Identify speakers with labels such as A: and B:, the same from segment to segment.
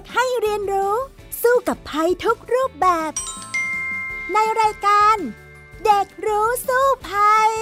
A: ให้เรียนรู้สู้กับภัยทุกรูปแบบในรายการเด็กรู้สู้ภัย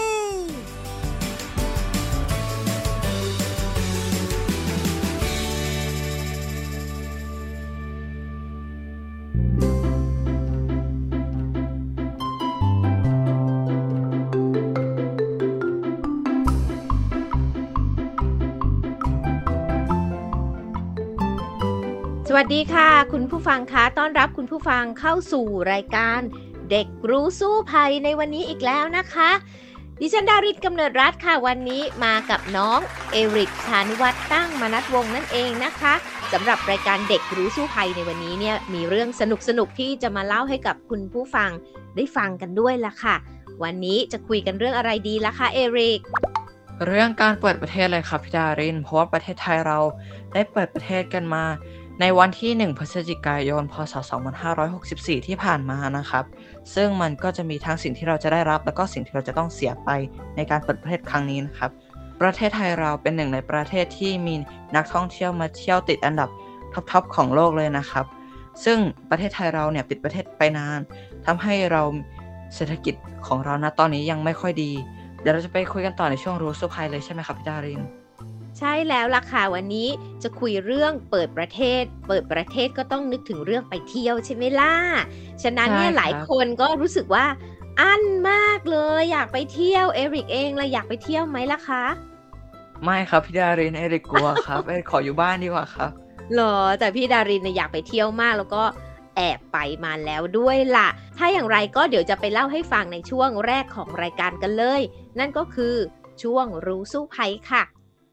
B: สวัสดีค่ะคุณผู้ฟังคะต้อนรับคุณผู้ฟังเข้าสู่รายการเด็กรู้สู้ภัยในวันนี้อีกแล้วนะคะดิฉันดาริศกำเนิดรัตน์ค่ะวันนี้มากับน้องเอริกชานุวัฒน์ตั้งมนัสวงศ์นั่นเองนะคะสำหรับรายการเด็กรู้สู้ภัยในวันนี้เนี่ยมีเรื่องสนุกๆที่จะมาเล่าให้กับคุณผู้ฟังได้ฟังกันด้วยล่ะค่ะวันนี้จะคุยกันเรื่องอะไรดีล่ะคะเอริก
C: เรื่องการเปิดประเทศเลยครับพี่ดารินเพราะว่าประเทศไทยเราได้เปิดประเทศกันมาในวันที่1พฤศจิกายนพศ2564ที่ผ่านมานะครับซึ่งมันก็จะมีทั้งสิ่งที่เราจะได้รับแล้วก็สิ่งที่เราจะต้องเสียไปในการเปิดประเทศครั้งนี้นะครับประเทศไทยเราเป็นหนึ่งในประเทศที่มีนักท่องเที่ยวมาเที่ยวติดอันดับท็อปของโลกเลยนะครับซึ่งประเทศไทยเราเนี่ยปิดประเทศไปนานทำให้เราเศรษฐกิจของเราณตอนนี้ยังไม่ค่อยดีเดี๋ยวเราจะไปคุยกันต่อในช่วงรู้สู้ภัยเลยใช่ไหมครับพี่ดาริน
B: ใช่แล้วล่ะค่ะวันนี้จะคุยเรื่องเปิดประเทศก็ต้องนึกถึงเรื่องไปเที่ยวใช่ไหมล่ะฉะนั้นเนี่ยหลายคนก็รู้สึกว่าอั้นมากเลยอยากไปเที่ยวเอริกเองเลยอยากไปเที่ยวไหมล่ะคะ
C: ไม่ครับพี่ดารินเอริกกลัวครับ เอริกขออยู่บ้านดีกว่าครับ
B: เหรอแต่พี่ดารินเนี่ยอยากไปเที่ยวมากแล้วก็แอบไปมาแล้วด้วยล่ะถ้าอย่างไรก็เดี๋ยวจะไปเล่าให้ฟังในช่วงแรกของรายการกันเลยนั่นก็คือช่วงรู้สู้ภัยค่ะ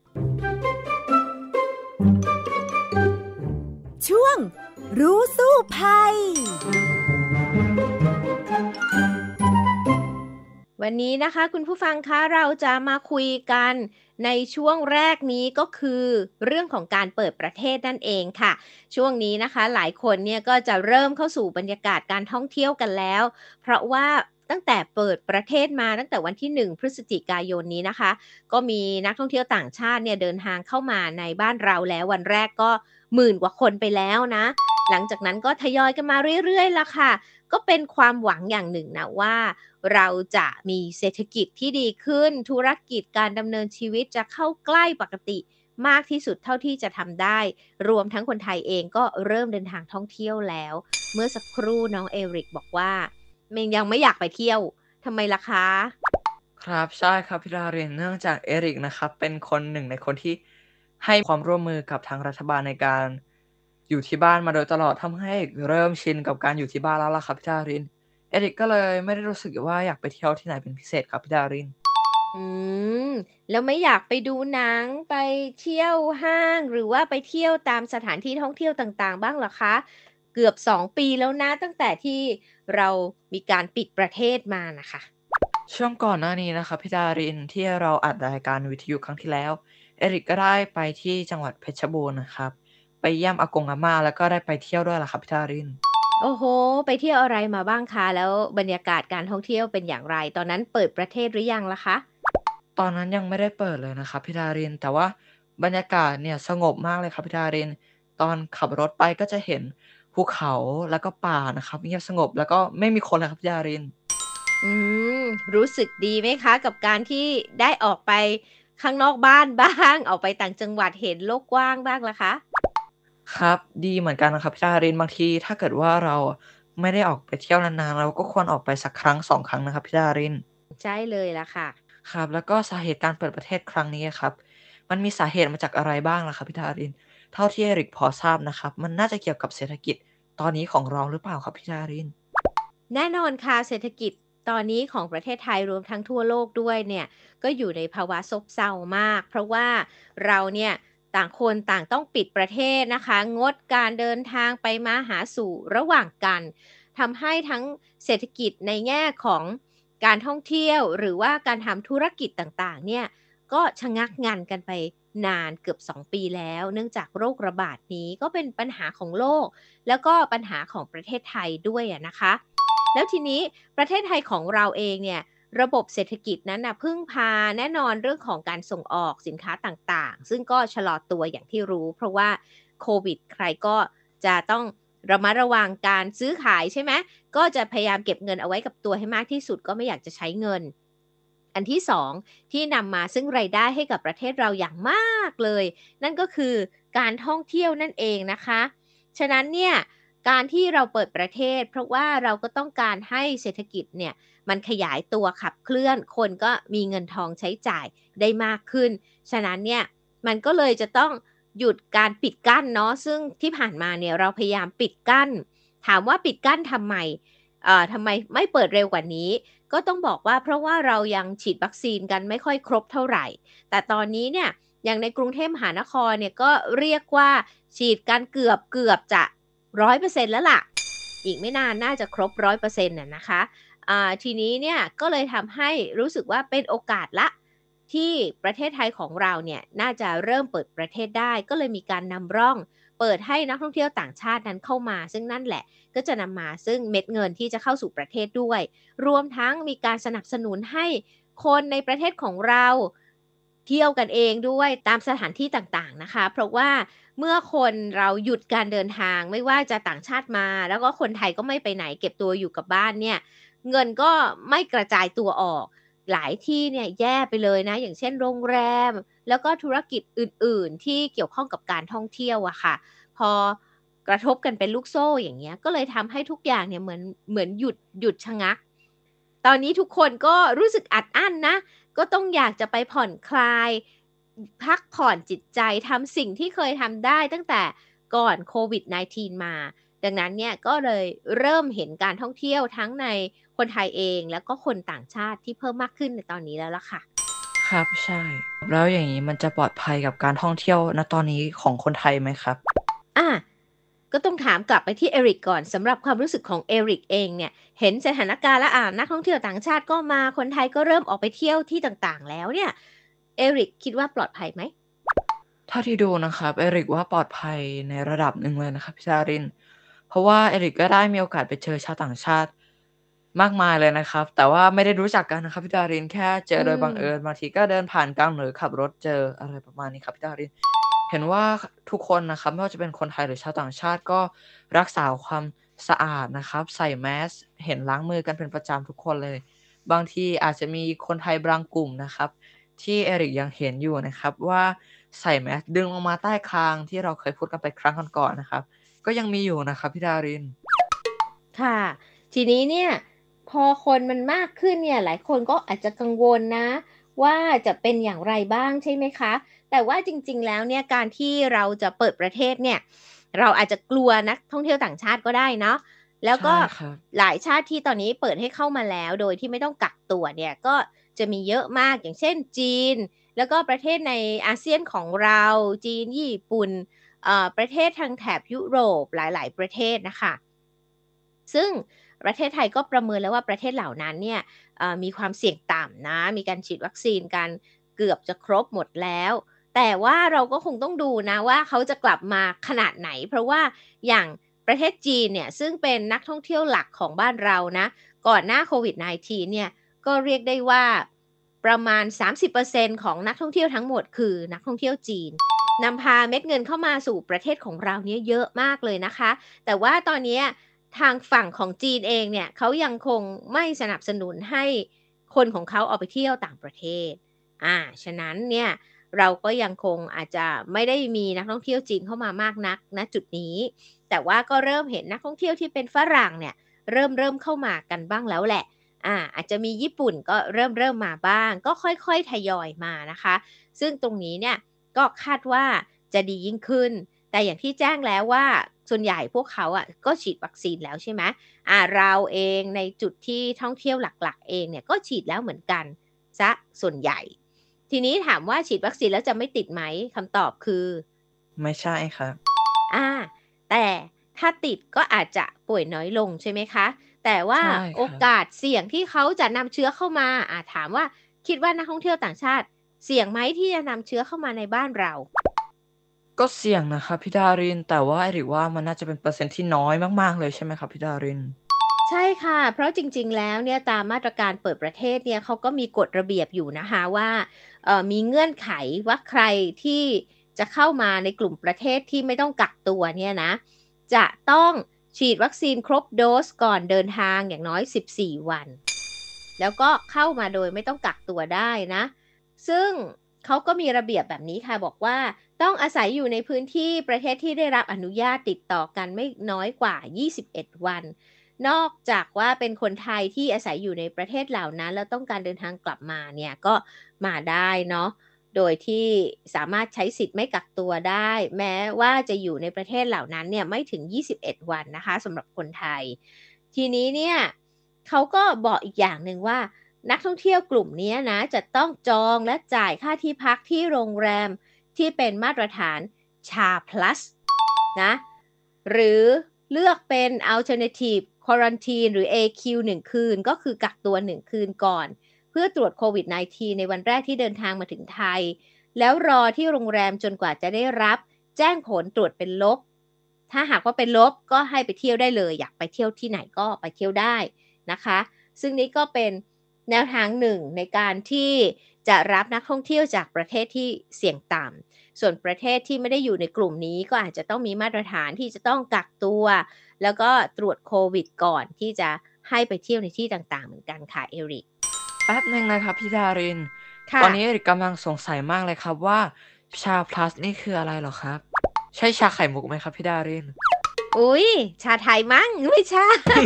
A: ช่วงรู้สู้ภัย
B: วันนี้นะคะคุณผู้ฟังคะเราจะมาคุยกันในช่วงแรกนี้ก็คือเรื่องของการเปิดประเทศนั่นเองค่ะช่วงนี้นะคะหลายคนเนี่ยก็จะเริ่มเข้าสู่บรรยากาศการท่องเที่ยวกันแล้วเพราะว่าตั้งแต่เปิดประเทศมาตั้งแต่วันที่1พฤศจิกายนนี้นะคะก็มีนักท่องเที่ยวต่างชาติเนี่ยเดินทางเข้ามาในบ้านเราแล้ววันแรกก็10,000 กว่าคนไปแล้วนะหลังจากนั้นก็ทยอยกันมาเรื่อยๆละค่ะก็เป็นความหวังอย่างหนึ่งนะว่าเราจะมีเศรษฐกิจที่ดีขึ้นธุรกิจการดำเนินชีวิตจะเข้าใกล้ปกติมากที่สุดเท่าที่จะทำได้รวมทั้งคนไทยเองก็เริ่มเดินทางท่องเที่ยวแล้วเมื่อสักครู่น้องเอริกบอกว่ายังไม่อยากไปเที่ยวทำไมล่ะคะ
C: ครับใช่ครับพี่ดารินเนื่องจากเอริกนะครับเป็นคนหนึ่งในคนที่ให้ความร่วมมือกับทางรัฐบาลในการอยู่ที่บ้านมาโดยตลอดทำให้เริ่มชินกับการอยู่ที่บ้านแล้วล่ะครับพี่ดารินเอริกก็เลยไม่ได้รู้สึกว่าอยากไปเที่ยวที่ไหนเป็นพิเศษครับพี่ดาริน
B: อืมแล้วไม่อยากไปดูหนังไปเที่ยวห้างหรือว่าไปเที่ยวตามสถานที่ท่องเที่ยวต่างๆบ้างเหรอคะเกือบ2 ปีแล้วนะตั้งแต่ที่เรามีการปิดประเทศมาน่ะค่ะ
C: ช่วงก่อนหน้านี้นะครับพี่ดารินที่เราอัดรายการวิทยุครั้งที่แล้วเอริกก็ได้ไปที่จังหวัดเพชรบูรณ์นะครับไปเยี่ยมอากงอาม่าแล้วก็ได้ไปเที่ยวด้วยล่ะครับพี่ดาริน
B: โอ้โฮไปเที่ยวอะไรมาบ้างคะแล้วบรรยากาศการท่องเที่ยวเป็นอย่างไรตอนนั้นเปิดประเทศหรือยังล่ะคะ
C: ตอนนั้นยังไม่ได้เปิดเลยนะครับพี่ดารินแต่ว่าบรรยากาศเนี่ยสงบมากเลยครับพี่ดารินตอนขับรถไปก็จะเห็นภูเขาแล้วก็ป่านะครับเงียบสงบแล้วก็ไม่มีคนเลยครับพี่ดาริน
B: อืมรู้สึกดีไหมคะกับการที่ได้ออกไปข้างนอกบ้านบ้างออกไปต่างจังหวัดเห็นโลกกว้างบ้างล่ะคะ
C: ครับดีเหมือนกันนะครับพี่ดารินบางทีถ้าเกิดว่าเราอะไม่ได้ออกไปเที่ยวนานๆเราก็ควรออกไปสักครั้ง2ครั้งนะครับพี่ดาริน
B: ใช่เลยล่ะค่ะ
C: ครับแล้วก็สาเหตุการเปิดประเทศครั้งนี้อะครับมันมีสาเหตุมาจากอะไรบ้างล่ะครับพี่ดารินเท่าที่ Eric พอทราบนะครับมันน่าจะเกี่ยวกับเศรษฐกิจตอนนี้ของเราหรือเปล่าครับพี่ดาริน
B: แน่นอนค่ะเศรษฐกิจตอนนี้ของประเทศไทยรวมทั้งทั่วโลกด้วยเนี่ยก็อยู่ในภาวะซบเซามากเพราะว่าเราเนี่ยต่างคนต่างต้องปิดประเทศนะคะงดการเดินทางไปมาหาสู่ระหว่างกันทำให้ทั้งเศรษฐกิจในแง่ของการท่องเที่ยวหรือว่าการทำธุรกิจต่างๆเนี่ยก็ชะงักงันกันไปนานเกือบ2 ปีแล้วเนื่องจากโรคระบาดนี้ก็เป็นปัญหาของโลกแล้วก็ปัญหาของประเทศไทยด้วยนะคะ แล้วทีนี้ประเทศไทยของเราเองเนี่ยระบบเศรษฐกิจนั้นน่ะพึ่งพาแน่นอนเรื่องของการส่งออกสินค้าต่างๆซึ่งก็ชะลอตัวอย่างที่รู้เพราะว่าโควิดใครก็จะต้องระมัดระวังการซื้อขายใช่ไหมก็จะพยายามเก็บเงินเอาไว้กับตัวให้มากที่สุดก็ไม่อยากจะใช้เงินอันที่สองที่นำมาซึ่งรายได้ให้กับประเทศเราอย่างมากเลยนั่นก็คือการท่องเที่ยวนั่นเองนะคะฉะนั้นเนี่ยการที่เราเปิดประเทศเพราะว่าเราก็ต้องการให้เศรษฐกิจเนี่ยมันขยายตัวขับเคลื่อนคนก็มีเงินทองใช้จ่ายได้มากขึ้นฉะนั้นเนี่ยมันก็เลยจะต้องหยุดการปิดกั้นเนาะซึ่งที่ผ่านมาเนี่ยเราพยายามปิดกั้นถามว่าปิดกั้นทำไมทำไมไม่เปิดเร็วกว่านี้ก็ต้องบอกว่าเพราะว่าเรายังฉีดวัคซีนกันไม่ค่อยครบเท่าไหร่แต่ตอนนี้เนี่ยอย่างในกรุงเทพมหานครเนี่ยก็เรียกว่าฉีดกันเกือบจะ 100% แล้วล่ะอีกไม่นานน่าจะครบ 100% น่ะนะคะทีนี้เนี่ยก็เลยทำให้รู้สึกว่าเป็นโอกาสละที่ประเทศไทยของเราเนี่ยน่าจะเริ่มเปิดประเทศได้ก็เลยมีการนำร่องเปิดให้นักท่องเที่ยวต่างชาตินั้นเข้ามาซึ่งนั่นแหละก็จะนำมาซึ่งเม็ดเงินที่จะเข้าสู่ประเทศด้วยรวมทั้งมีการสนับสนุนให้คนในประเทศของเราเที่ยวกันเองด้วยตามสถานที่ต่างๆนะคะเพราะว่าเมื่อคนเราหยุดการเดินทางไม่ว่าจะต่างชาติมาแล้วก็คนไทยก็ไม่ไปไหนเก็บตัวอยู่กับบ้านเนี่ยเงินก็ไม่กระจายตัวออกหลายที่เนี่ยแย่ไปเลยนะอย่างเช่นโรงแรมแล้วก็ธุรกิจอื่นๆที่เกี่ยวข้องกับการท่องเที่ยวอะค่ะพอกระทบกันเป็นลูกโซ่อย่างเงี้ยก็เลยทำให้ทุกอย่างเนี่ยเหมือนหยุดชะงักตอนนี้ทุกคนก็รู้สึกอัดอั้นนะก็ต้องอยากจะไปผ่อนคลายพักผ่อนจิตใจทำสิ่งที่เคยทำได้ตั้งแต่ก่อนโควิด -19 มาดังนั้นเนี่ยก็เลยเริ่มเห็นการท่องเที่ยวทั้งในคนไทยเองแล้วก็คนต่างชาติที่เพิ่มมากขึ้นในตอนนี้แล้วล่ะค่ะ
C: ครับใช่แล้วอย่างนี้มันจะปลอดภัยกับการท่องเที่ยวณตอนนี้ของคนไทยไหมครับ
B: อ่ะก็ต้องถามกลับไปที่เอริกก่อนสำหรับความรู้สึกของเอริกเองเนี่ยเห็นสถานการณ์แล้วนักท่องเที่ยวต่างชาติก็มาคนไทยก็เริ่มออกไปเที่ยวที่ต่างๆแล้วเนี่ยเอริกคิดว่าปลอดภัยไหม
C: เท่าที่ดูนะครับเอริกว่าปลอดภัยในระดับหนึ่งเลยนะครับพี่ดารินเพราะว่าเอริกก็ได้มีโอกาสไปเจอชาวต่างชาติมากมายเลยนะครับแต่ว่าไม่ได้รู้จักกันนะครับพี่ดารินแค่เจอ
B: อื
C: โดยบังเอิญ
B: ม
C: บางทีก็เดินผ่านกันหรือขับรถเจออะไรประมาณนี้ครับพี่ดารินเห็นว่าทุกคนนะครับไม่ว่าจะเป็นคนไทยหรือชาวต่างชาติก็รักษาความสะอาดนะครับใส่แมสเห็นล้างมือกันเป็นประจำทุกคนเลยบางทีอาจจะมีคนไทยบางกลุ่มนะครับที่เอริกยังเห็นอยู่นะครับว่าใส่แมสดึงลงมาใต้คางที่เราเคยพูดกันไปครั้งก่อนๆนะครับก็ยังมีอยู่นะครับพี่ดาริน
B: ค่ะทีนี้เนี่ยพอคนมันมากขึ้นเนี่ยหลายคนก็อาจจะกังวลนะว่าจะเป็นอย่างไรบ้างใช่ไหมคะแต่ว่าจริงๆแล้วเนี่ยการที่เราจะเปิดประเทศเนี่ยเราอาจจะกลัวนักท่องเที่ยวต่างชาติก็ได้เนาะแล้ว
C: ใช่
B: ก็
C: ครับ
B: หลายชาติที่ตอนนี้เปิดให้เข้ามาแล้วโดยที่ไม่ต้องกักตัวเนี่ยก็จะมีเยอะมากอย่างเช่นจีนแล้วก็ประเทศในอาเซียนของเราจีนญี่ปุ่นประเทศทางแถบยุโรปหลายๆประเทศนะคะ ซึ่งประเทศไทยก็ประเมินแล้วว่าประเทศเหล่านั้นเนี่ยมีความเสี่ยงต่ำนะมีการฉีดวัคซีนกันเกือบจะครบหมดแล้วแต่ว่าเราก็คงต้องดูนะว่าเขาจะกลับมาขนาดไหนเพราะว่าอย่างประเทศจีนเนี่ยซึ่งเป็นนักท่องเที่ยวหลักของบ้านเรานะก่อนหน้าโควิด -19 เนี่ยก็เรียกได้ว่าประมาณ30%ของนักท่องเที่ยวทั้งหมดคือนักท่องเที่ยวจีนนำพาเม็ดเงินเข้ามาสู่ประเทศของเราเนี่ยเยอะมากเลยนะคะแต่ว่าตอนนี้ ทางฝั่งของจีนเองเนี่ยเขายังคงไม่สนับสนุนให้คนของเขาออกไปเที่ยวต่างประเทศฉะนั้นเนี่ยเราก็ยังคงอาจจะไม่ได้มีนักท่องเที่ยวจีนเข้ามามากนักณจุดนี้แต่ว่าก็เริ่มเห็นนักท่องเที่ยวที่เป็นฝรั่งเนี่ยเริ่มเข้ามากันบ้างแล้วแหละอาจจะมีญี่ปุ่นก็เริ่มมาบ้างก็ค่อยๆทยอยมานะคะซึ่งตรงนี้เนี่ยก็คาดว่าจะดียิ่งขึ้น แต่อย่างที่แจ้งแล้วว่าส่วนใหญ่พวกเขาก็ฉีดวัคซีนแล้วใช่ไหมเราเองในจุดที่ท่องเที่ยวหลักๆเองเนี่ยก็ฉีดแล้วเหมือนกันซะส่วนใหญ่ทีนี้ถามว่าฉีดวัคซีนแล้วจะไม่ติดไหมคำตอบคือ
C: ไม่ใช่ครับ
B: อ่าแต่ถ้าติดก็อาจจะป่วยน้อยลงใช่ไหมคะแต่ว่า
C: ใช่
B: โอ
C: ครับ
B: กาสเสี่ยงที่เขาจะนำเชื้อเข้ามาถามว่าคิดว่านักท่องเที่ยวต่างชาติเสี่ยงไหมที่จะนำเชื้อเข้ามาในบ้านเรา
C: ก็เสี่ยงนะครับพี่ดารินแต่ว่าหรือว่ามันน่าจะเป็นเปอร์เซ็นต์ที่น้อยมากๆเลยใช่ไหมครับพี่ดาริน
B: ใช่ค่ะ เพราะจริงๆ แล้วเนี่ยตามมาตรการเปิดประเทศเนี่ยเขาก็มีกฎระเบียบอยู่นะคะว่ามีเงื่อนไขว่าใครที่จะเข้ามาในกลุ่มประเทศที่ไม่ต้องกักตัวเนี่ยนะจะต้องฉีดวัคซีนครบโดสก่อนเดินทางอย่างน้อย14วันแล้วก็เข้ามาโดยไม่ต้องกักตัวได้นะซึ่งเขาก็มีระเบียบแบบนี้ค่ะบอกว่าต้องอาศัยอยู่ในพื้นที่ประเทศที่ได้รับอนุญาตติดต่อกันไม่น้อยกว่า21วันนอกจากว่าเป็นคนไทยที่อาศัยอยู่ในประเทศเหล่านั้นแล้วต้องการเดินทางกลับมาเนี่ยก็มาได้เนาะโดยที่สามารถใช้สิทธิ์ไม่กักตัวได้แม้ว่าจะอยู่ในประเทศเหล่านั้นเนี่ยไม่ถึง21วันนะคะสำหรับคนไทยทีนี้เนี่ยเขาก็บอกอีกอย่างหนึ่งว่านักท่องเที่ยวกลุ่มนี้นะจะต้องจองและจ่ายค่าที่พักที่โรงแรมที่เป็นมาตรฐานชา plus นะหรือเลือกเป็น alternative quarantine หรือ AQ 1 คืนก็คือกักตัว1คืนก่อนเพื่อตรวจโควิด -19 ในวันแรกที่เดินทางมาถึงไทยแล้วรอที่โรงแรมจนกว่าจะได้รับแจ้งผลตรวจเป็นลบถ้าหากว่าเป็นลบก็ให้ไปเที่ยวได้เลยอยากไปเที่ยวที่ไหนก็ไปเที่ยวได้นะคะซึ่งนี้ก็เป็นแนวทางหนึ่งในการที่จะรับนักท่องเที่ยวจากประเทศที่เสี่ยงต่ำส่วนประเทศที่ไม่ได้อยู่ในกลุ่มนี้ก็อาจจะต้องมีมาตรฐานที่จะต้องกักตัวแล้วก็ตรวจโควิดก่อนที่จะให้ไปเที่ยวในที่ต่างๆเหมือนกันค่ะเอริก
C: แป๊บหนึ่งนะครับพี่ดาริน
B: ค่ะ
C: ตอนนี้เอริกกำลังสงสัยมากเลยครับว่าชา plus นี่คืออะไรเหรอครับใช่ชาไข่มุกไหมครับพี่ดาริน
B: อุ๊ยชาไทยมั้งไม่ใช่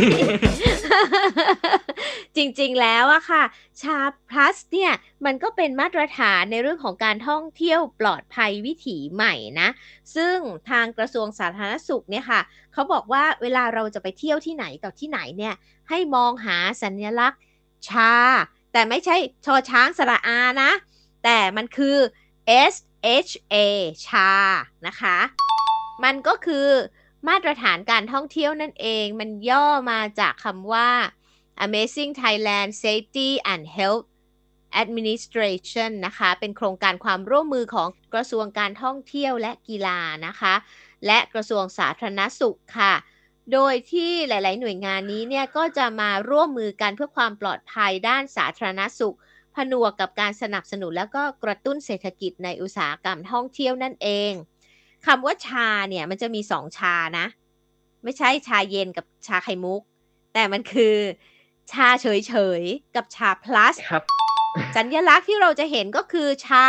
B: จริงๆแล้วอะค่ะชา plus เนี่ยมันก็เป็นมาตรฐานในเรื่องของการท่องเที่ยวปลอดภัยวิถีใหม่นะซึ่งทางกระทรวงสาธารณสุขเนี่ยค่ะเขาบอกว่าเวลาเราจะไปเที่ยวที่ไหนต่อที่ไหนเนี่ยให้มองหาสัญลักษณ์ชาแต่ไม่ใช่ชอช้างสระอานะแต่มันคือ SHA ชานะคะมันก็คือมาตรฐานการท่องเที่ยวนั่นเองมันย่อมาจากคำว่า Amazing Thailand Safety and Health Administration นะคะเป็นโครงการความร่วมมือของกระทรวงการท่องเที่ยวและกีฬานะคะและกระทรวงสาธารณสุขค่ะโดยที่หลายๆหน่วยงานนี้เนี่ยก็จะมาร่วมมือกันเพื่อความปลอดภัยด้านสาธารณสุขผนวกกับการสนับสนุนแล้วก็กระตุ้นเศรษฐกิจในอุตสาหกรรมท่องเที่ยวนั่นเองคำว่าชาเนี่ยมันจะมี2ชานะไม่ใช่ชาเย็นกับชาไข่มุกแต่มันคือชาเฉยๆกับชา plus
C: ครับ
B: สัญลักษณ์ที่เราจะเห็นก็คือชา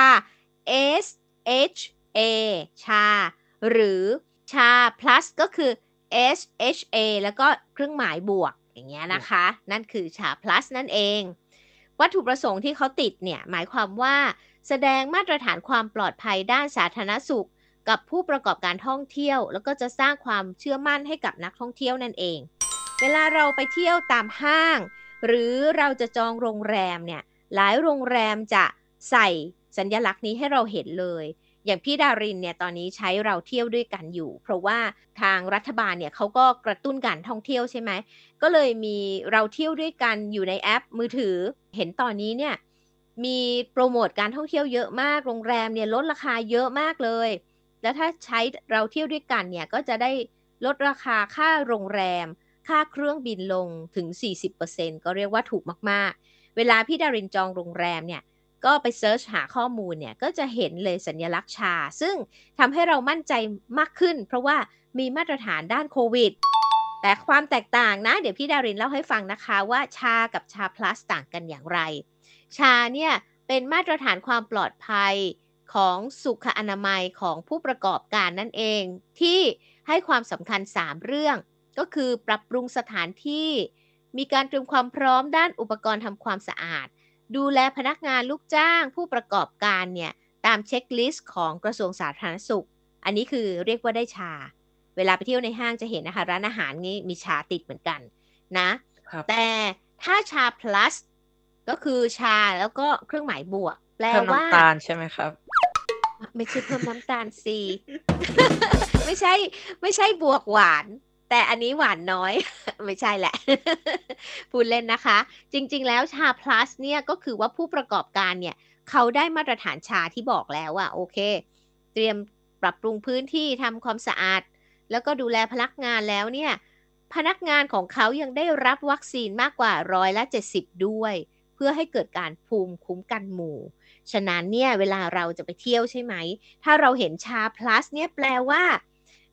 B: S H A ชาหรือชา plus ก็คือ S H A แล้วก็เครื่องหมายบวกอย่างเงี้ยนะคะนั่นคือชา plus นั่นเองวัตถุประสงค์ที่เขาติดเนี่ยหมายความว่าแสดงมาตรฐานความปลอดภัยด้านสาธารณสุขกับผู้ประกอบการท่องเที่ยวแล้วก็จะสร้างความเชื่อมั่นให้กับนักท่องเที่ยวนั่นเองเวลาเราไปเที่ยวตามห้างหรือเราจะจองโรงแรมเนี่ยหลายโรงแรมจะใส่สัญลักษณ์นี้ให้เราเห็นเลยอย่างพี่ดารินเนี่ยตอนนี้ใช้เราเที่ยวด้วยกันอยู่เพราะว่าทางรัฐบาลเนี่ยเขาก็กระตุ้นการท่องเที่ยวใช่ไหมก็เลยมีเราเที่ยวด้วยกันอยู่ในแอปมือถือเห็นตอนนี้เนี่ยมีโปรโมทการท่องเที่ยวเยอะมากโรงแรมเนี่ยลดราคาเยอะมากเลยแล้วถ้าใช้เราเที่ยวด้วยกันเนี่ยก็จะได้ลดราคาค่าโรงแรมค่าเครื่องบินลงถึง 40% ก็เรียกว่าถูกมากๆเวลาพี่ดารินจองโรงแรมเนี่ยก็ไปเซิร์ชหาข้อมูลเนี่ยก็จะเห็นเลยสัญลักษณ์ชาซึ่งทำให้เรามั่นใจมากขึ้นเพราะว่ามีมาตรฐานด้านโควิดแต่ความแตกต่างนะเดี๋ยวพี่ดารินเล่าให้ฟังนะคะว่าชากับชา plus ต่างกันอย่างไรชาเนี่ยเป็นมาตรฐานความปลอดภัยของสุขอนามัยของผู้ประกอบการนั่นเองที่ให้ความสำคัญ3เรื่องก็คือปรับปรุงสถานที่มีการเตรียมความพร้อมด้านอุปกรณ์ทำความสะอาดดูแลพนักงานลูกจ้างผู้ประกอบการเนี่ยตามเช็คลิสต์ของกระทรวงสาธารณสุขอันนี้คือเรียกว่าได้ชาเวลาไปเที่ยวในห้างจะเห็นนะคะร้านอาหารนี้มีชาติดเหมือนกันนะแต่ถ้าชา plus ก็คือชาแล้วก็เครื่องหมายบวกแปลว่า
C: เพิ่มน้ำตาลใช่ไหมครับ
B: ไม่ใช่เพิ่มน้ำตาลสิ ไม่ใช่บวกหวานแต่อันนี้หวานน้อย ไม่ใช่แหละ พูดเล่นนะคะจริงๆแล้วชา plus เนี่ยก็คือว่าผู้ประกอบการเนี่ยเขาได้มาตรฐานชาที่บอกแล้วว่าโอเคเตรียมปรับปรุงพื้นที่ทำความสะอาดแล้วก็ดูแลพนักงานแล้วเนี่ยพนักงานของเขายังได้รับวัคซีนมากกว่า170ด้วยเพื่อให้เกิดการภูมิคุ้มกันหมู่ฉะนั้นเนี่ยเวลาเราจะไปเที่ยวใช่ไหมถ้าเราเห็นชา plus เนี่ยแปลว่า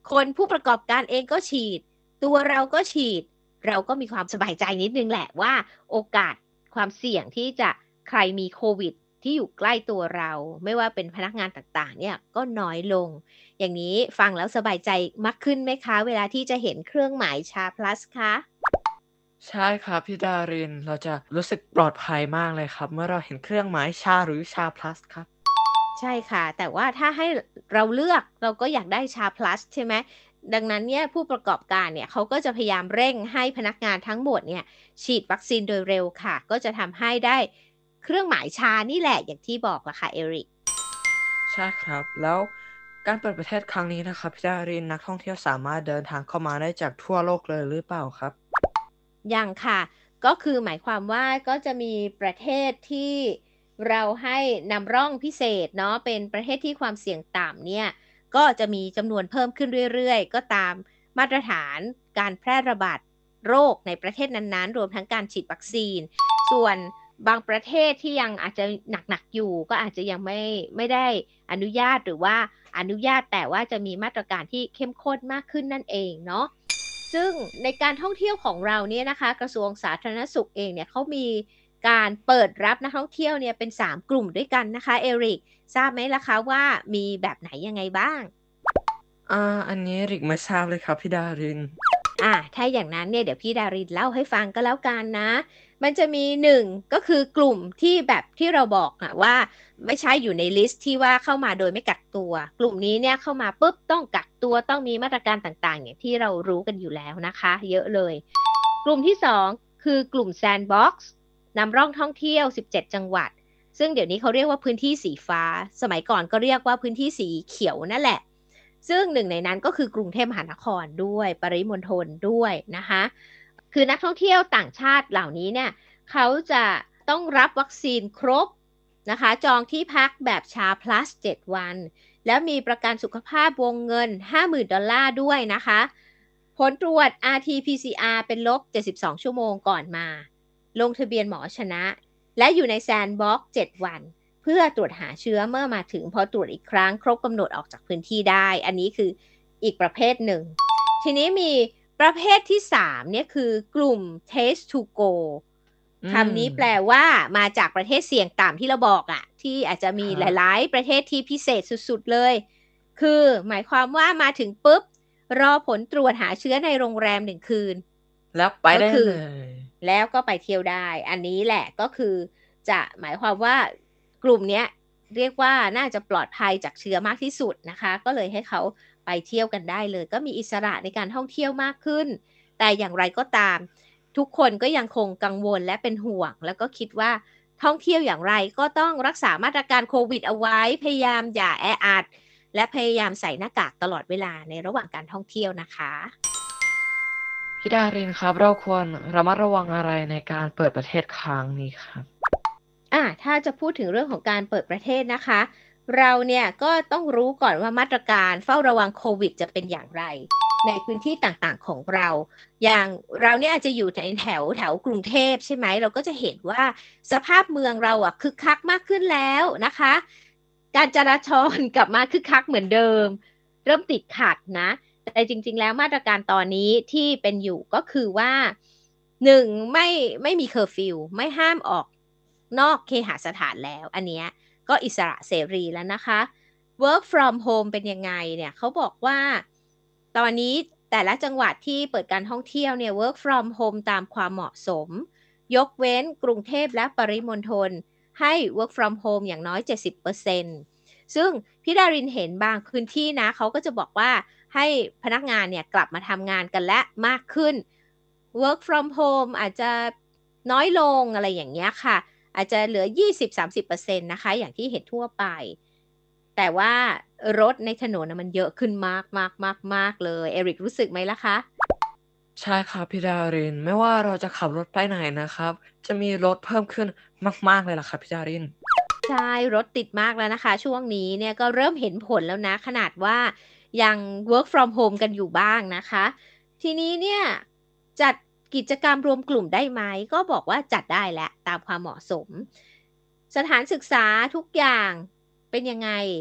B: คนผู้ประกอบการเองก็ฉีดตัวเราก็ฉีดเราก็มีความสบายใจนิดนึงแหละว่าโอกาสความเสี่ยงที่จะใครมีโควิดที่อยู่ใกล้ตัวเราไม่ว่าเป็นพนักงานต่างๆเนี่ยก็น้อยลงอย่างนี้ฟังแล้วสบายใจมากขึ้นไหมคะเวลาที่จะเห็นเครื่องหมายชา plus คะ
C: ใช่ครับพี่ดารินเราจะรู้สึกปลอดภัยมากเลยครับเมื่อเราเห็นเครื่องหมายชาหรือชา plus ครับ
B: ใช่ค่ะแต่ว่าถ้าให้เราเลือกเราก็อยากได้ชา plus ใช่ไหมดังนั้นเนี่ยผู้ประกอบการเนี่ยเขาก็จะพยายามเร่งให้พนักงานทั้งหมดเนี่ยฉีดวัคซีนโดยเร็วค่ะก็จะทำให้ได้เครื่องหมายชานี่แหละอย่างที่บอกล่ะค่ะเอริก
C: ใช่ครับแล้วการเปิดประเทศครั้งนี้นะครับพี่ดารินนักท่องเที่ยวสามารถเดินทางเข้ามาได้จากทั่วโลกเลยหรือเปล่าครับ
B: ยังค่ะก็คือหมายความว่าก็จะมีประเทศที่เราให้นำร่องพิเศษเนาะเป็นประเทศที่ความเสี่ยงต่ำเนี่ยก็จะมีจำนวนเพิ่มขึ้นเรื่อยๆก็ตามมาตรฐานการแพร่ระบาดโรคในประเทศนั้นๆรวมทั้งการฉีดวัคซีนส่วนบางประเทศที่ยังอาจจะหนักๆอยู่ก็อาจจะยังไม่ได้อนุญาตหรือว่าอนุญาตแต่ว่าจะมีมาตรการที่เข้มข้นมากขึ้นนั่นเองเนาะ ซึ่งในการท่องเที่ยวของเราเนี่ยนะคะกระทรวงสาธารณสุขเองเนี่ยเขามีการเปิดรับนักท่องเที่ยวเนี่ยเป็น3กลุ่มด้วยกันนะคะเอริกทราบไหมล่ะคะว่ามีแบบไหนยังไงบ้าง
C: อันนี้ริกไม่ทราบเลยครับพี่ดาริน
B: ถ้าอย่างนั้นเนี่ยเดี๋ยวพี่ดารินเล่าให้ฟังก็แล้วกันนะมันจะมีหนึ่งก็คือกลุ่มที่แบบที่เราบอกอะว่าไม่ใช่อยู่ในลิสต์ที่ว่าเข้ามาโดยไม่กักตัวกลุ่มนี้เนี่ยเข้ามาปุ๊บต้องกักตัวต้องมีมาตรการต่างๆอย่างที่เรารู้กันอยู่แล้วนะคะเยอะเลยกลุ่มที่สองคือกลุ่ม Sandbox นำร่องท่องเที่ยว17จังหวัดซึ่งเดี๋ยวนี้เขาเรียกว่าพื้นที่สีฟ้าสมัยก่อนก็เรียกว่าพื้นที่สีเขียวนั่นแหละ ซึ่งหนึ่งในนั้นก็คือกรุงเทพมหานครด้วยปริมณฑลด้วยนะคะคือนักท่องเที่ยวต่างชาติเหล่านี้เนี่ยเขาจะต้องรับวัคซีนครบนะคะจองที่พักแบบชา plus 7 วันแล้วมีประกันสุขภาพวงเงิน 50,000 ดอลลาร์ด้วยนะคะผลตรวจ RT-PCR เป็นลบ72ชั่วโมงก่อนมาลงทะเบียนหมอชนะและอยู่ในแซนด์บ็อกซ์7 วัน เพื่อตรวจหาเชื้อเมื่อมาถึงพอตรวจอีกครั้งครบกำหนดออกจากพื้นที่ได้อันนี้คืออีกประเภทหนึ่งทีนี้มีประเภทที่3เนี่ยคือกลุ่ม Taste to Go คำนี้แปลว่ามาจากประเทศเสี่ยงต่ำที่เราบอกอะที่อาจจะมีหลายๆประเทศที่พิเศษสุดๆเลยคือหมายความว่ามาถึงปุ๊บรอผลตรวจหาเชื้อในโรงแรม1 คืน
C: แล้วไปได้เลย
B: แล้วก็ไปเที่ยวได้อันนี้แหละก็คือจะหมายความว่ากลุ่มนี้เรียกว่าน่าจะปลอดภัยจากเชื้อมากที่สุดนะคะก็เลยให้เขาไปเที่ยวกันได้เลยก็มีอิสระในการท่องเที่ยวมากขึ้นแต่อย่างไรก็ตามทุกคนก็ยังคงกังวลและเป็นห่วงแล้วก็คิดว่าท่องเที่ยวอย่างไรก็ต้องรักษามาตรการโควิดเอาไว้พยายามอย่าแออัดและพยายามใส่หน้ากากตลอดเวลาในระหว่างการท่องเที่ยวนะคะ
C: พี่ดารินครับเราควรระมัดระวังอะไรในการเปิดประเทศครั้งนี้ครับ
B: ถ้าจะพูดถึงเรื่องของการเปิดประเทศนะคะเราเนี่ยก็ต้องรู้ก่อนว่ามาตรการเฝ้าระวังโควิดจะเป็นอย่างไรในพื้นที่ต่างๆของเราอย่างเราเนี่ยอาจจะอยู่ในแถวกรุงเทพใช่ไหมเราก็จะเห็นว่าสภาพเมืองเราคึกคักมากขึ้นแล้วนะคะการจราจรกลับมาคึกคักเหมือนเดิมเริ่มติดขัดนะแต่จริงๆแล้วมาตรการตอนนี้ที่เป็นอยู่ก็คือว่า1ไม่มีเคอร์ฟิวไม่ห้ามออกนอกเคหสถานแล้วอันเนี้ยก็อิสระเสรีแล้วนะคะ work from home เป็นยังไงเนี่ยเขาบอกว่าตอนนี้แต่ละจังหวัดที่เปิดการท่องเที่ยวเนี่ย work from home ตามความเหมาะสมยกเว้นกรุงเทพและปริมณฑลให้ work from home อย่างน้อย 70%ซึ่งพี่ดารินเห็นบางพื้นที่นะเขาก็จะบอกว่าให้พนักงานเนี่ยกลับมาทำงานกันและมากขึ้น work from home อาจจะน้อยลงอะไรอย่างเงี้ยค่ะอาจจะเหลือ 20-30% นะคะอย่างที่เห็นทั่วไปแต่ว่ารถในถนนมันเยอะขึ้นมากเลยเอริกรู้สึกไหมล่ะคะ
C: ใช่ครับพี่ดารินไม่ว่าเราจะขับรถไปไหนนะครับจะมีรถเพิ่มขึ้นมากๆเลยล่ะครับพี่ดาริน
B: ใช่รถติดมากแล้วนะคะช่วงนี้เนี่ยก็เริ่มเห็นผลแล้วนะขนาดว่ายัง work from home กันอยู่บ้างนะคะทีนี้เนี่ยจัดกิจกรรมรวมกลุ่มได้ไหมก็บอกว่าจัดได้แหละตามความเหมาะสมสถานศึกษาทุกอย่างเป็นยังไง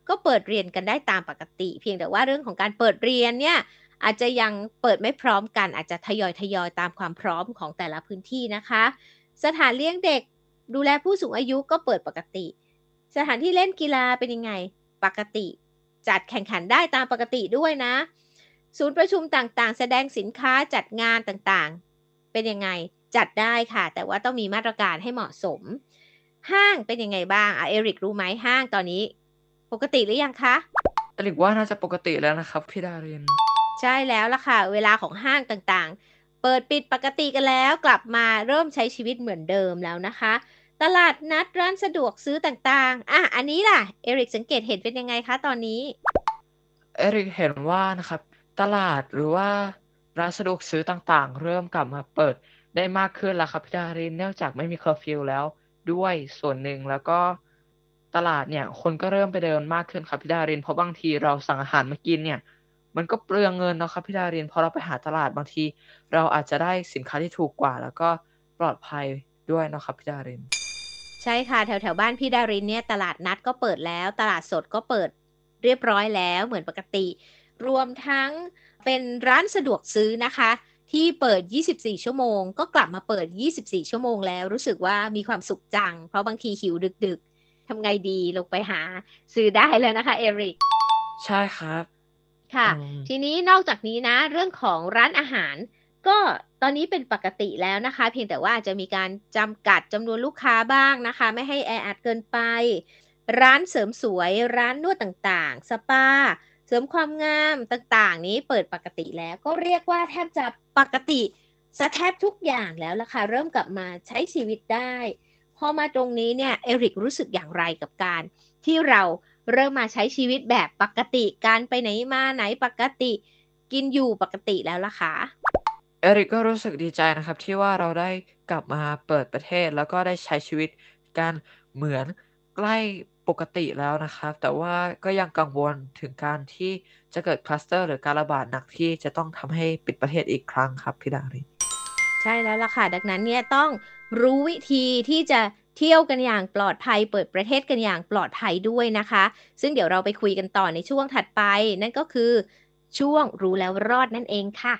B: ก็เปิดเรียนกันได้ตามปกติเพียงแต่ว่าเรื่องของการเปิดเรียนเนี่ยอาจจะยังเปิดไม่พร้อมกันอาจจะทยอยตามความพร้อมของแต่ละพื้นที่นะคะสถานเลี้ยงเด็กดูแลผู้สูงอายุก็เปิดปกติสถานที่เล่นกีฬาเป็นยังไงปกติจัดแข่งขันได้ตามปกติด้วยนะศูนย์ประชุมต่างๆแสดงสินค้าจัดงานต่างๆเป็นยังไงจัดได้ค่ะแต่ว่าต้องมีมาตรการให้เหมาะสมห้างเป็นยังไงบ้างเอริกรู้ไหมห้างตอนนี้ปกติหรือยังคะ
C: เอริกว่าน่าจะปกติแล้วนะครับพี่ดาริน
B: ใช่แล้วล่ะค่ะเวลาของห้างต่างๆเปิดปิดปกติกันแล้วกลับมาเริ่มใช้ชีวิตเหมือนเดิมแล้วนะคะตลาดนัดร้านสะดวกซื้อต่างๆอันนี้ล่ะเอริกสังเกตเห็นเป็นยังไงคะตอนนี้
C: เอริกเห็นว่านะครับตลาดหรือว่าร้านสะดวกซื้อต่างๆเริ่มกลับมาเปิดได้มากขึ้นแล้วครับพี่ดารินเนื่องจากไม่มีเคอร์ฟิวแล้วด้วยส่วนหนึ่งแล้วก็ตลาดเนี่ยคนก็เริ่มไปเดินมากขึ้นครับพี่ดารินเพราะบางทีเราสั่งอาหารมากินเนี่ยมันก็เปลืองเงินนะครับพี่ดารินพอเราไปหาตลาดบางทีเราอาจจะได้สินค้าที่ถูกกว่าแล้วก็ปลอดภัยด้วยนะครับพี่ดาริน
B: ใช่ค่ะแถวบ้านพี่ดารินเนี่ยตลาดนัดก็เปิดแล้วตลาดสดก็เปิดเรียบร้อยแล้วเหมือนปกติรวมทั้งเป็นร้านสะดวกซื้อนะคะที่เปิด24ชั่วโมงก็กลับมาเปิด24ชั่วโมงแล้วรู้สึกว่ามีความสุขจังเพราะบางทีหิวดึกๆทำไงดีลงไปหาซื้อได้แล้วนะคะเอริก
C: ใช่ครับ
B: ค่ะทีนี้นอกจากนี้นะเรื่องของร้านอาหารก็ตอนนี้เป็นปกติแล้วนะคะเพียงแต่ว่าจะมีการจำกัดจำนวนลูกค้าบ้างนะคะไม่ให้แออัดเกินไปร้านเสริมสวยร้านนวดต่างๆสปาเสริมความงามต่างๆนี้เปิดปกติแล้วก็เรียกว่าแทบจะปกติแทบทุกอย่างแล้วล่ะค่ะเริ่มกลับมาใช้ชีวิตได้พอมาตรงนี้เนี่ยเอริกรู้สึกอย่างไรกับการที่เราเริ่มมาใช้ชีวิตแบบปกติการไปไหนมาไหนปกติกินอยู่ปกติแล้วล่ะคะ
C: เอริกก็รู้สึกดีใจนะครับที่ว่าเราได้กลับมาเปิดประเทศแล้วก็ได้ใช้ชีวิตกันเหมือนใกล้ปกติแล้วนะครับแต่ว่าก็ยังกังวลถึงการที่จะเกิดคลัสเตอร์หรือการระบาดหนักที่จะต้องทำให้ปิดประเทศอีกครั้งครับพี่ดาริน
B: ใช่แล้วล่ะค่ะดังนั้นเนี่ยต้องรู้วิธีที่จะเที่ยวกันอย่างปลอดภัยเปิดประเทศกันอย่างปลอดภัยด้วยนะคะซึ่งเดี๋ยวเราไปคุยกันต่อในช่วงถัดไปนั่นก็คือช่วงรู้แล้วรอดนั่นเองค่ะ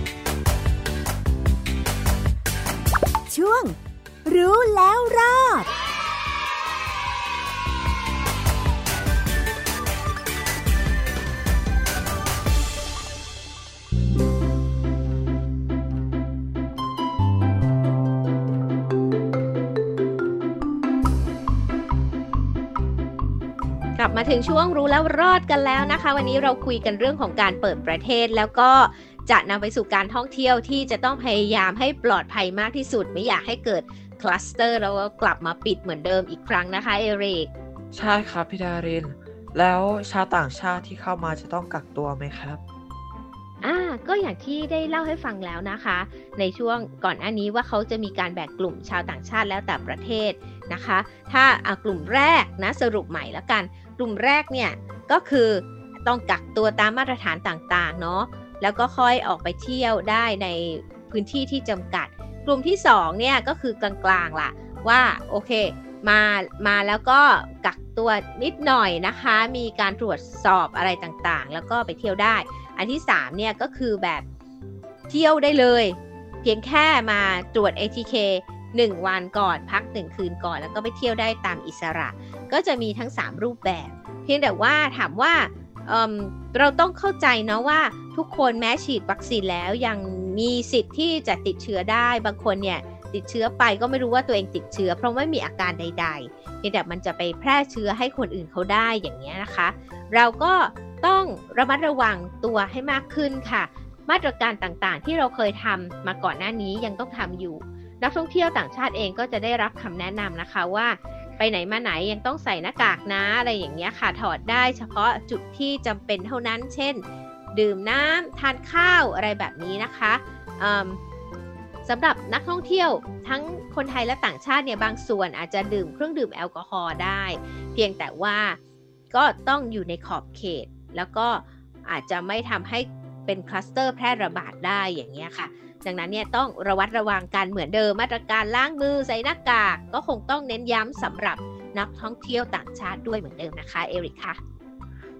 A: ช่วงรู้แล้วรอด
B: กลับมาถึงช่วงรู้แล้วรอดกันแล้วนะคะวันนี้เราคุยกันเรื่องของการเปิดประเทศแล้วก็จะนำไปสู่การท่องเที่ยวที่จะต้องพยายามให้ปลอดภัยมากที่สุดไม่อยากให้เกิดคลัสเตอร์แล้วก็กลับมาปิดเหมือนเดิมอีกครั้งนะคะเอริก
C: ใช่ครับพี่ดารินแล้วชาวต่างชาติที่เข้ามาจะต้องกักตัวไหมครับ
B: ก็อย่างที่ได้เล่าให้ฟังแล้วนะคะในช่วงก่อนหน้านี้ว่าเขาจะมีการแบ่งกลุ่มชาวต่างชาติแล้วแต่ประเทศนะคะถ้ากลุ่มแรกนะสรุปใหม่แล้วกันกลุ่มแรกเนี่ยก็คือต้องกักตัวตามมาตรฐานต่างๆเนาะแล้วก็ค่อยออกไปเที่ยวได้ในพื้นที่ที่จำกัดกลุ่มที่2เนี่ยก็คือกลางๆล่ะว่าโอเคมาแล้วก็กักตัวนิดหน่อยนะคะมีการตรวจสอบอะไรต่างๆแล้วก็ไปเที่ยวได้อันที่3เนี่ยก็คือแบบเที่ยวได้เลยเพียงแค่มาตรวจ ATK 1 วันก่อนพัก1คืนก่อนแล้วก็ไปเที่ยวได้ตามอิสระก็จะมีทั้ง3รูปแบบเพียงแต่ว่าถามว่าเราต้องเข้าใจนะว่าทุกคนแม้ฉีดวัคซีนแล้วยังมีสิทธิ์ที่จะติดเชื้อได้บางคนเนี่ยติดเชื้อไปก็ไม่รู้ว่าตัวเองติดเชื้อเพราะไม่มีอาการใดๆเพียงแต่มันจะไปแพร่เชื้อให้คนอื่นเขาได้อย่างนี้นะคะเราก็ต้องระมัดระวังตัวให้มากขึ้นค่ะมาตรการต่างๆที่เราเคยทำมาก่อนหน้านี้ยังต้องทำอยู่นักท่องเที่ยวต่างชาติเองก็จะได้รับคำแนะนำนะคะว่าไปไหนมาไหนยังต้องใส่หน้ากากนะอะไรอย่างเงี้ยค่ะถอดได้เฉพาะจุดที่จำเป็นเท่านั้นเช่นดื่มน้ำทานข้าวอะไรแบบนี้นะคะสำหรับนักท่องเที่ยวทั้งคนไทยและต่างชาติเนี่ยบางส่วนอาจจะดื่มเครื่องดื่มแอลกอฮอล์ได้เพียงแต่ว่าก็ต้องอยู่ในขอบเขตแล้วก็อาจจะไม่ทำให้เป็นคลัสเตอร์แพร่ระบาดได้อย่างเงี้ยค่ะดังนั้นเนี่ยต้องระวัดระวังกันเหมือนเดิมมาตรการล้างมือใส่หน้ากากก็คงต้องเน้นย้ำสำหรับนักท่องเที่ยวต่างชาติด้วยเหมือนเดิมนะคะเอริกค่ะ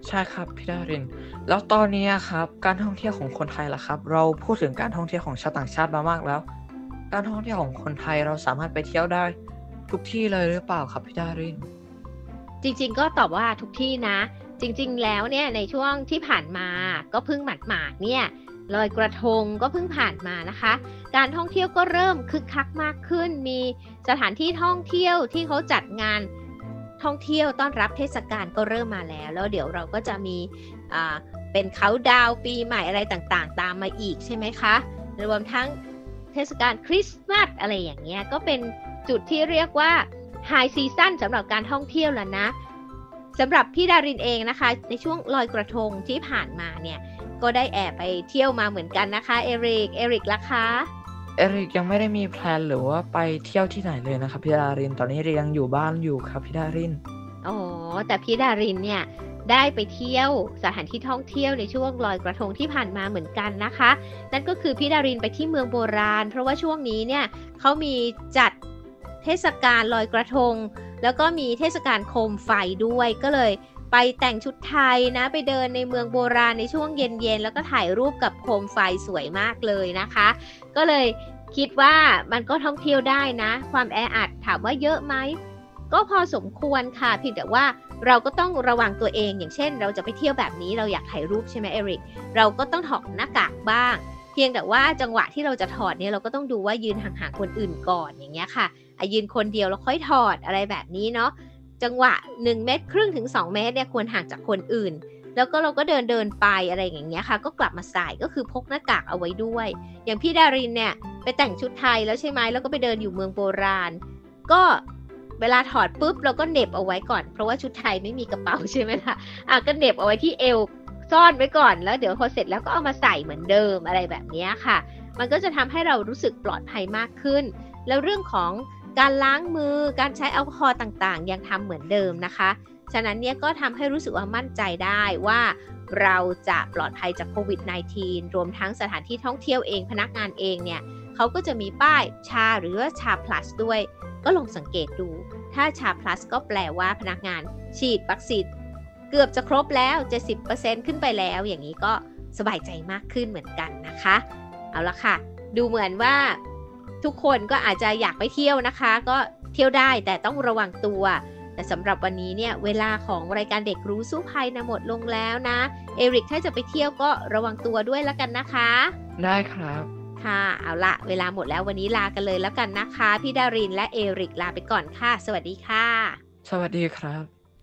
C: ใช่ครับพี่ดารินแล้วตอนนี้ครับการท่องเที่ยวของคนไทยล่ะครับเราพูดถึงการท่องเที่ยวของชาวต่างชาติมามากแล้วการท่องเที่ยวของคนไทยเราสามารถไปเที่ยวได้ทุกที่เลยหรือเปล่าครับพี่ดาริน
B: จริงๆก็ตอบว่าทุกที่นะจริงๆแล้วเนี่ยในช่วงที่ผ่านมาก็เพิ่งหมาดๆเนี่ยลอยกระทงก็เพิ่งผ่านมานะคะการท่องเที่ยวก็เริ่มคึกคักมากขึ้นมีสถานที่ท่องเที่ยวที่เขาจัดงานท่องเที่ยวต้อนรับเทศกาลก็เริ่มมาแล้วเดี๋ยวเราก็จะมีเป็นเค้าท์ดาวน์ปีใหม่อะไรต่างๆตามมาอีกใช่ไหมคะรวมทั้งเทศกาลคริสต์มาสอะไรอย่างเงี้ยก็เป็นจุดที่เรียกว่าไฮซีซั่นสำหรับการท่องเที่ยวแล้วนะสำหรับพี่ดารินเองนะคะในช่วงลอยกระทงที่ผ่านมาเนี่ยก็ได้แอบไปเที่ยวมาเหมือนกันนะคะเอริกล่ะคะ
C: เอริกยังไม่ได้มีแพลนหรือว่าไปเที่ยวที่ไหนเลยนะครับพี่ดารินตอนนี้เรียนอยู่บ้านอยู่ครับพี่ดาริน
B: อ๋อแต่พี่ดารินเนี่ยได้ไปเที่ยวสถานที่ท่องเที่ยวในช่วงลอยกระทงที่ผ่านมาเหมือนกันนะคะนั่นก็คือพี่ดารินไปที่เมืองโบราณเพราะว่าช่วงนี้เนี่ยเขามีจัดเทศกาลลอยกระทงแล้วก็มีเทศกาลโคมไฟด้วยก็เลยไปแต่งชุดไทยนะไปเดินในเมืองโบราณในช่วงเย็นๆแล้วก็ถ่ายรูปกับโคมไฟสวยมากเลยนะคะก็เลยคิดว่ามันก็ท่องเที่ยวได้นะความแออัดถามว่าเยอะไหมก็พอสมควรค่ะเพียงแต่ว่าเราก็ต้องระวังตัวเองอย่างเช่นเราจะไปเที่ยวแบบนี้เราอยากถ่ายรูปใช่ไหมเอริกเราก็ต้องถอดหน้ากากบ้างเพียงแต่ว่าจังหวะที่เราจะถอดเนี่ยเราก็ต้องดูว่ายืนห่างๆคนอื่นก่อนอย่างเงี้ยค่ะยืนคนเดียวแล้วค่อยถอดอะไรแบบนี้เนาะจังหวะ1.5 เมตรถึง2 เมตรเนี่ยควรห่างจากคนอื่นแล้วก็เราก็เดินไปอะไรอย่างเงี้ยค่ะก็กลับมาใส่ก็คือพกหน้ากากเอาไว้ด้วยอย่างพี่ดารินเนี่ยไปแต่งชุดไทยแล้วใช่ไหมแล้วก็ไปเดินอยู่เมืองโบราณก็เวลาถอดปุ๊บเราก็เหน็บเอาไว้ก่อนเพราะว่าชุดไทยไม่มีกระเป๋าใช่ไหมคะก็เหน็บเอาไว้ที่เอวซ่อนไว้ก่อนแล้วเดี๋ยวพอเสร็จแล้วก็เอามาใส่เหมือนเดิมอะไรแบบนี้ค่ะมันก็จะทำให้เรารู้สึกปลอดภัยมากขึ้นแล้วเรื่องของการล้างมือการใช้แอลกอฮอล์ต่างๆยังทำเหมือนเดิมนะคะฉะนั้นเนี่ยก็ทำให้รู้สึกว่ามั่นใจได้ว่าเราจะปลอดภัยจากโควิด -19 รวมทั้งสถานที่ท่องเที่ยวเองพนักงานเองเนี่ยเขาก็จะมีป้ายชาหรือว่าชา plus ด้วยก็ลองสังเกตดูถ้าชา plus ก็แปลว่าพนักงานฉีดวัคซีนเกือบจะครบแล้ว 70% ขึ้นไปแล้วอย่างนี้ก็สบายใจมากขึ้นเหมือนกันนะคะเอาละค่ะดูเหมือนว่าทุกคนก็อาจจะอยากไปเที่ยวนะคะก็เที่ยวได้แต่ต้องระวังตัวแต่สำหรับวันนี้เนี่ยเวลาของรายการเด็กรู้สู้ภัยหมดลงแล้วนะเอริกถ้าจะไปเที่ยวก็ระวังตัวด้วยแล้วกันนะคะ
C: ได้ครับ
B: ค่ะเอาละเวลาหมดแล้ววันนี้ลากันเลยแล้วกันนะคะพี่ดารินและเอริกลาไปก่อนค่ะสวัสดีค่ะ
C: สวัสดีครับ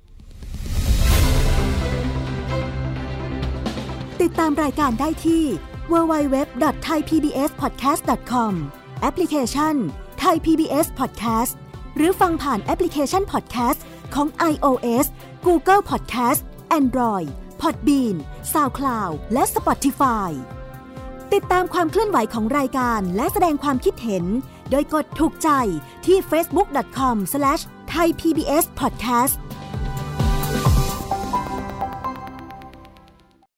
A: ติดตามรายการได้ที่ www.thaipbspodcast.com แอปพลิเคชัน Thai PBS Podcast หรือฟังผ่านแอปพลิเคชัน Podcast ของ iOS Google Podcast Android Podbean SoundCloud และ Spotify ติดตามความเคลื่อนไหวของรายการและแสดงความคิดเห็นโดยกดถูกใจที่ facebook.com/thaipbspodcast